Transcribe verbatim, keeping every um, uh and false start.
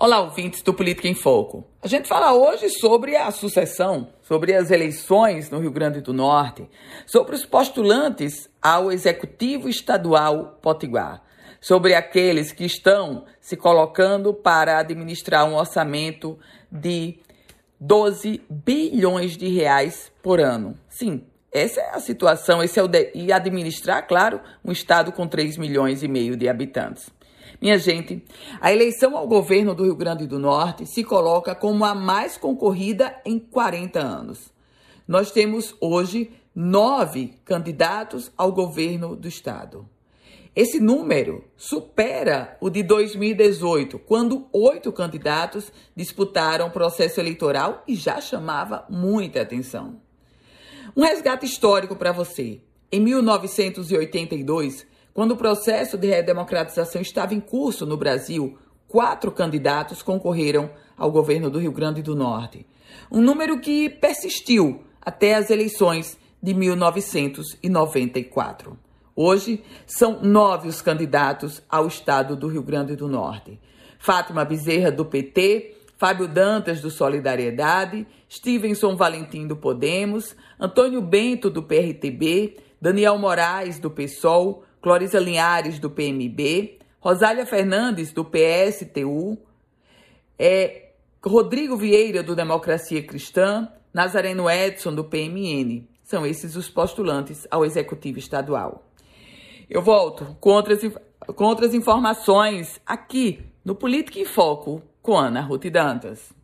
Olá, ouvintes do Política em Foco. A gente fala hoje sobre a sucessão, sobre as eleições no Rio Grande do Norte, sobre os postulantes ao Executivo Estadual Potiguar, sobre aqueles que estão se colocando para administrar um orçamento de doze bilhões de reais por ano. Sim, essa é a situação, esse é o de... e administrar, claro, um estado com três milhões e meio de habitantes. Minha gente, a eleição ao governo do Rio Grande do Norte se coloca como a mais concorrida em quarenta anos. Nós temos hoje nove candidatos ao governo do estado. Esse número supera o de dois mil e dezoito, quando oito candidatos disputaram o processo eleitoral e já chamava muita atenção. Um resgate histórico para você. Em mil novecentos e oitenta e dois, quando o processo de redemocratização estava em curso no Brasil, quatro candidatos concorreram ao governo do Rio Grande do Norte. Um número que persistiu até as eleições de mil novecentos e noventa e quatro. Hoje, são nove os candidatos ao estado do Rio Grande do Norte. Fátima Bezerra, do P T, Fábio Dantas, do Solidariedade, Stevenson Valentim, do Podemos, Antônio Bento, do P R T B, Daniel Moraes, do PSOL, Clorisa Linhares, do P M B, Rosália Fernandes, do P S T U, é, Rodrigo Vieira, do Democracia Cristã, Nazareno Edson, do P M N. São esses os postulantes ao Executivo Estadual. Eu volto com outras, com outras informações aqui no Política em Foco com Ana Ruth Dantas.